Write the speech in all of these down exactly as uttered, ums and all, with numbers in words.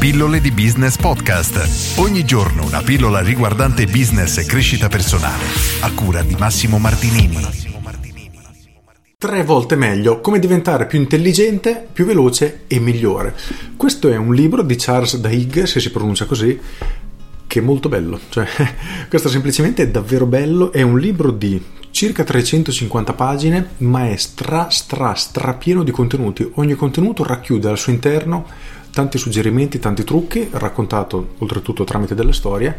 Pillole di Business Podcast. Ogni giorno una pillola riguardante business e crescita personale. A cura di Massimo Martinini. Tre volte meglio: come diventare più intelligente, più veloce e migliore. Questo è un libro di Charles Duhigg, se si pronuncia così, che è molto bello. Cioè, questo semplicemente è davvero bello. È un libro di circa trecentocinquanta pagine, ma è stra stra stra pieno di contenuti. Ogni contenuto racchiude al suo interno tanti suggerimenti, tanti trucchi, raccontato oltretutto tramite delle storie,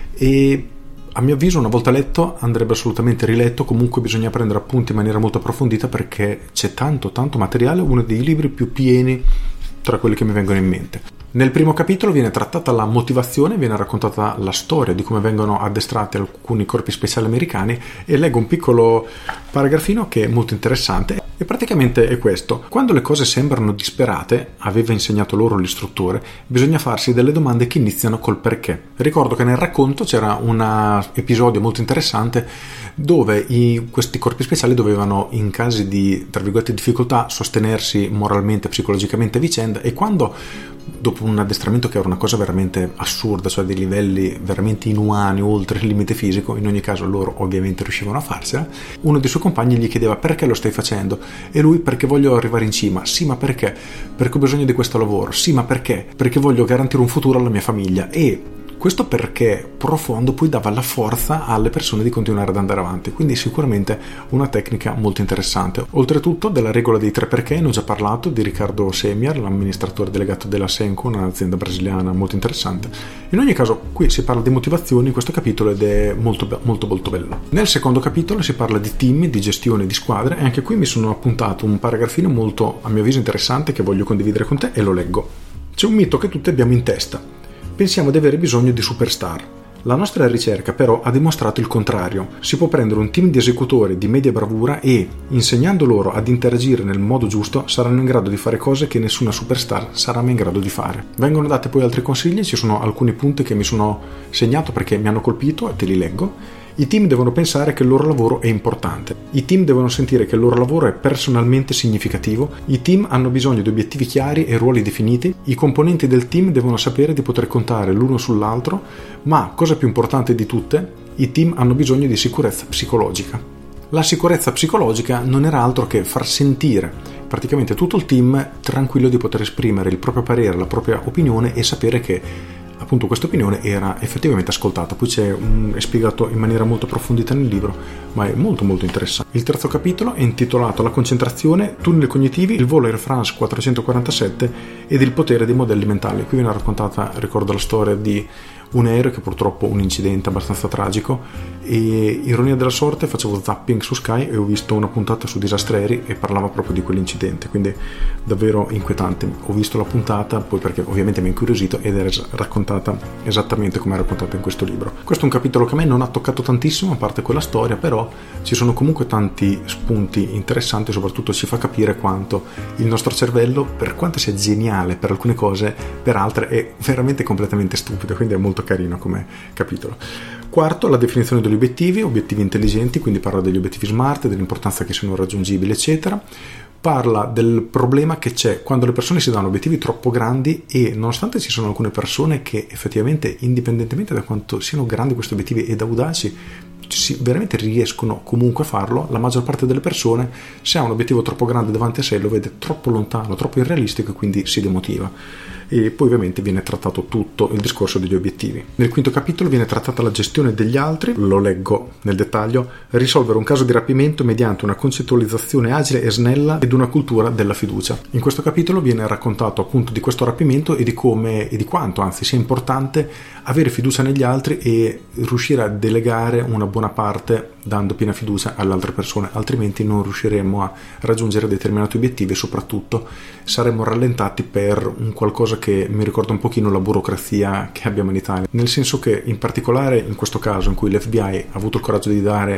e a mio avviso una volta letto andrebbe assolutamente riletto. Comunque bisogna prendere appunti in maniera molto approfondita, perché c'è tanto tanto materiale, uno dei libri più pieni tra quelli che mi vengono in mente. Nel primo capitolo viene trattata la motivazione, viene raccontata la storia di come vengono addestrati alcuni corpi speciali americani, e leggo un piccolo paragrafino che è molto interessante. E praticamente è questo: quando le cose sembrano disperate, aveva insegnato loro l'istruttore, bisogna farsi delle domande che iniziano col perché. Ricordo che nel racconto c'era un episodio molto interessante dove i, questi corpi speciali dovevano, in casi di, tra virgolette, difficoltà, sostenersi moralmente, psicologicamente a vicenda, e quando, dopo un addestramento che era una cosa veramente assurda, cioè dei livelli veramente inumani, oltre il limite fisico, in ogni caso loro ovviamente riuscivano a farsela, uno dei suoi compagni gli chiedeva: perché lo stai facendo? E lui: perché voglio arrivare in cima. Sì, ma perché? Perché ho bisogno di questo lavoro. Sì, ma perché? Perché voglio garantire un futuro alla mia famiglia. E questo perché profondo poi dava la forza alle persone di continuare ad andare avanti. Quindi sicuramente una tecnica molto interessante. Oltretutto della regola dei tre perché ne ho già parlato, di Riccardo Semiar, l'amministratore delegato della Senco, un'azienda brasiliana molto interessante. In ogni caso qui si parla di motivazioni in questo capitolo, ed è molto molto molto bello. Nel secondo capitolo si parla di team, di gestione di squadre, e anche qui mi sono appuntato un paragrafino molto, a mio avviso, interessante, che voglio condividere con te, e lo leggo. C'è un mito che tutti abbiamo in testa. Pensiamo di avere bisogno di superstar. La nostra ricerca però ha dimostrato il contrario. Si può prendere un team di esecutori di media bravura e, insegnando loro ad interagire nel modo giusto, saranno in grado di fare cose che nessuna superstar sarà mai in grado di fare. Vengono date poi altri consigli, ci sono alcuni punti che mi sono segnato perché mi hanno colpito e te li leggo. I team devono pensare che il loro lavoro è importante. I team devono sentire che il loro lavoro è personalmente significativo. I team hanno bisogno di obiettivi chiari e ruoli definiti. I componenti del team devono sapere di poter contare l'uno sull'altro, ma, cosa più importante di tutte, i team hanno bisogno di sicurezza psicologica. La sicurezza psicologica non era altro che far sentire praticamente tutto il team tranquillo di poter esprimere il proprio parere, la propria opinione, e sapere che appunto questa opinione era effettivamente ascoltata. Poi c'è un, è spiegato in maniera molto approfondita nel libro, ma è molto molto interessante. Il terzo capitolo è intitolato La concentrazione, tunnel cognitivi, il volo Air France quattrocentoquarantasette ed il potere dei modelli mentali. Qui viene raccontata, ricordo, la storia di un aereo che purtroppo un incidente abbastanza tragico, e ironia della sorte facevo zapping su Sky e ho visto una puntata su disastri aerei e parlava proprio di quell'incidente, quindi davvero inquietante. Ho visto la puntata poi perché ovviamente mi ha incuriosito, ed era raccontata esattamente come è raccontata in questo libro. Questo è un capitolo che a me non ha toccato tantissimo, a parte quella storia, però ci sono comunque tanti spunti interessanti, soprattutto ci fa capire quanto il nostro cervello, per quanto sia geniale per alcune cose, per altre è veramente completamente stupido, quindi è molto carino come capitolo. Quarto, la definizione degli obiettivi, obiettivi intelligenti, quindi parla degli obiettivi smart, dell'importanza che siano raggiungibili, eccetera. Parla del problema che c'è quando le persone si danno obiettivi troppo grandi, e nonostante ci sono alcune persone che effettivamente, indipendentemente da quanto siano grandi questi obiettivi ed audaci, si veramente riescono comunque a farlo, la maggior parte delle persone, se ha un obiettivo troppo grande davanti a sé, lo vede troppo lontano, troppo irrealistico, e quindi si demotiva. E poi ovviamente viene trattato tutto il discorso degli obiettivi. Nel quinto capitolo viene trattata la gestione degli altri, lo leggo nel dettaglio: risolvere un caso di rapimento mediante una concettualizzazione agile e snella ed una cultura della fiducia. In questo capitolo viene raccontato appunto di questo rapimento e di come e di quanto anzi sia importante avere fiducia negli altri e riuscire a delegare una buona parte dando piena fiducia alle altre persone, altrimenti non riusciremo a raggiungere determinati obiettivi e soprattutto saremo rallentati per un qualcosa che mi ricorda un pochino la burocrazia che abbiamo in Italia, nel senso che in particolare in questo caso in cui l'F B I ha avuto il coraggio di dare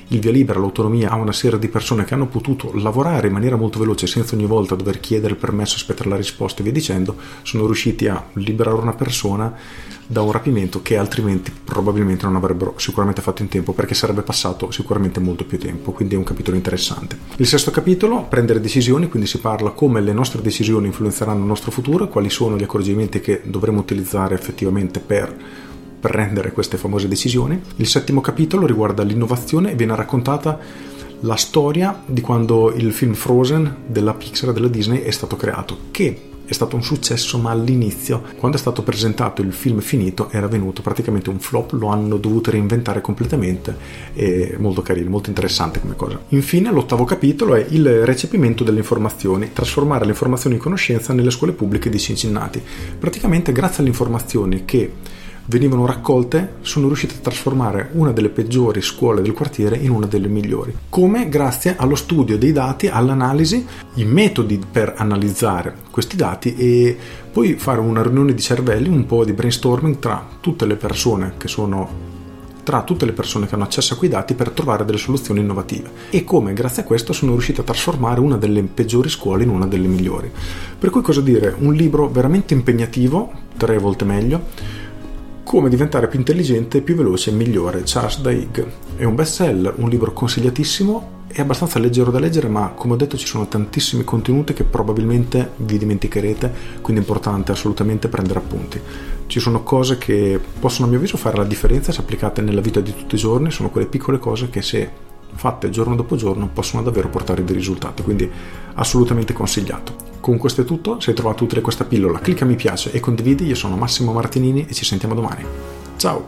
il via libera, l'autonomia a una serie di persone che hanno potuto lavorare in maniera molto veloce senza ogni volta dover chiedere il permesso, aspettare la risposta e via dicendo, sono riusciti a liberare una persona da un rapimento che altrimenti probabilmente non avrebbero sicuramente fatto in tempo, perché sarebbe passato sicuramente molto più tempo. Quindi è un capitolo interessante. Il sesto capitolo, prendere decisioni, quindi si parla come le nostre decisioni influenzeranno il nostro futuro, quali sono gli accorgimenti che dovremo utilizzare effettivamente per prendere queste famose decisioni. Il settimo capitolo riguarda l'innovazione e viene raccontata la storia di quando il film Frozen della Pixar e della Disney è stato creato, che è stato un successo, ma all'inizio, quando è stato presentato il film finito, era venuto praticamente un flop, lo hanno dovuto reinventare completamente. È molto carino, molto interessante come cosa. Infine, l'ottavo capitolo è il recepimento delle informazioni, trasformare le informazioni in conoscenza nelle scuole pubbliche di Cincinnati. Praticamente, grazie alle informazioni che venivano raccolte, sono riusciti a trasformare una delle peggiori scuole del quartiere in una delle migliori. Come? Grazie allo studio dei dati, all'analisi, i metodi per analizzare questi dati e poi fare una riunione di cervelli, un po' di brainstorming tra tutte le persone che sono tra tutte le persone che hanno accesso a quei dati per trovare delle soluzioni innovative. E come grazie a questo sono riusciti a trasformare una delle peggiori scuole in una delle migliori. Per cui cosa dire? Un libro veramente impegnativo, tre volte meglio. Come diventare più intelligente, più veloce e migliore, Charles Duhigg. È un bestseller, un libro consigliatissimo, è abbastanza leggero da leggere, ma come ho detto ci sono tantissimi contenuti che probabilmente vi dimenticherete, quindi è importante assolutamente prendere appunti. Ci sono cose che possono a mio avviso fare la differenza se applicate nella vita di tutti i giorni, sono quelle piccole cose che se fatte giorno dopo giorno possono davvero portare dei risultati, quindi assolutamente consigliato. Con questo è tutto, se hai trovato utile questa pillola clicca mi piace e condividi. Io sono Massimo Martinini e ci sentiamo domani. Ciao!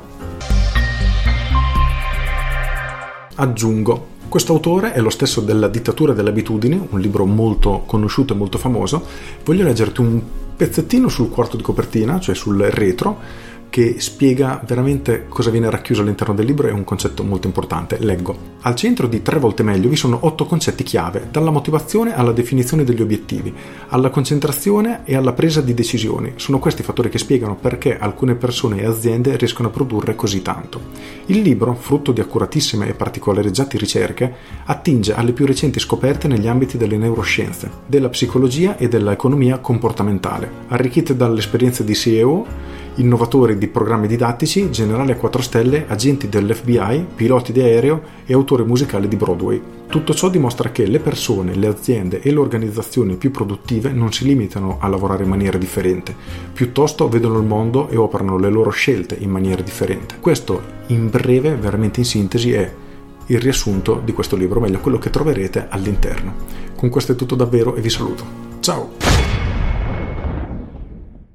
Aggiungo, questo autore è lo stesso della Dittatura delle abitudini, un libro molto conosciuto e molto famoso. Voglio leggerti un pezzettino sul quarto di copertina, cioè sul retro, che spiega veramente cosa viene racchiuso all'interno del libro. È un concetto molto importante. Leggo: al centro di Tre volte meglio vi sono otto concetti chiave, dalla motivazione alla definizione degli obiettivi, alla concentrazione e alla presa di decisioni. Sono questi i fattori che spiegano perché alcune persone e aziende riescono a produrre così tanto. Il libro, frutto di accuratissime e particolareggiate ricerche, attinge alle più recenti scoperte negli ambiti delle neuroscienze, della psicologia e dell'economia comportamentale, arricchite dalle esperienze di C E O, innovatori di programmi didattici, generali a quattro stelle, agenti dell'F B I, piloti di aereo e autori musicali di Broadway. Tutto ciò dimostra che le persone, le aziende e le organizzazioni più produttive non si limitano a lavorare in maniera differente, piuttosto vedono il mondo e operano le loro scelte in maniera differente. Questo, in breve, veramente in sintesi, è il riassunto di questo libro, meglio quello che troverete all'interno. Con questo è tutto davvero e vi saluto. Ciao!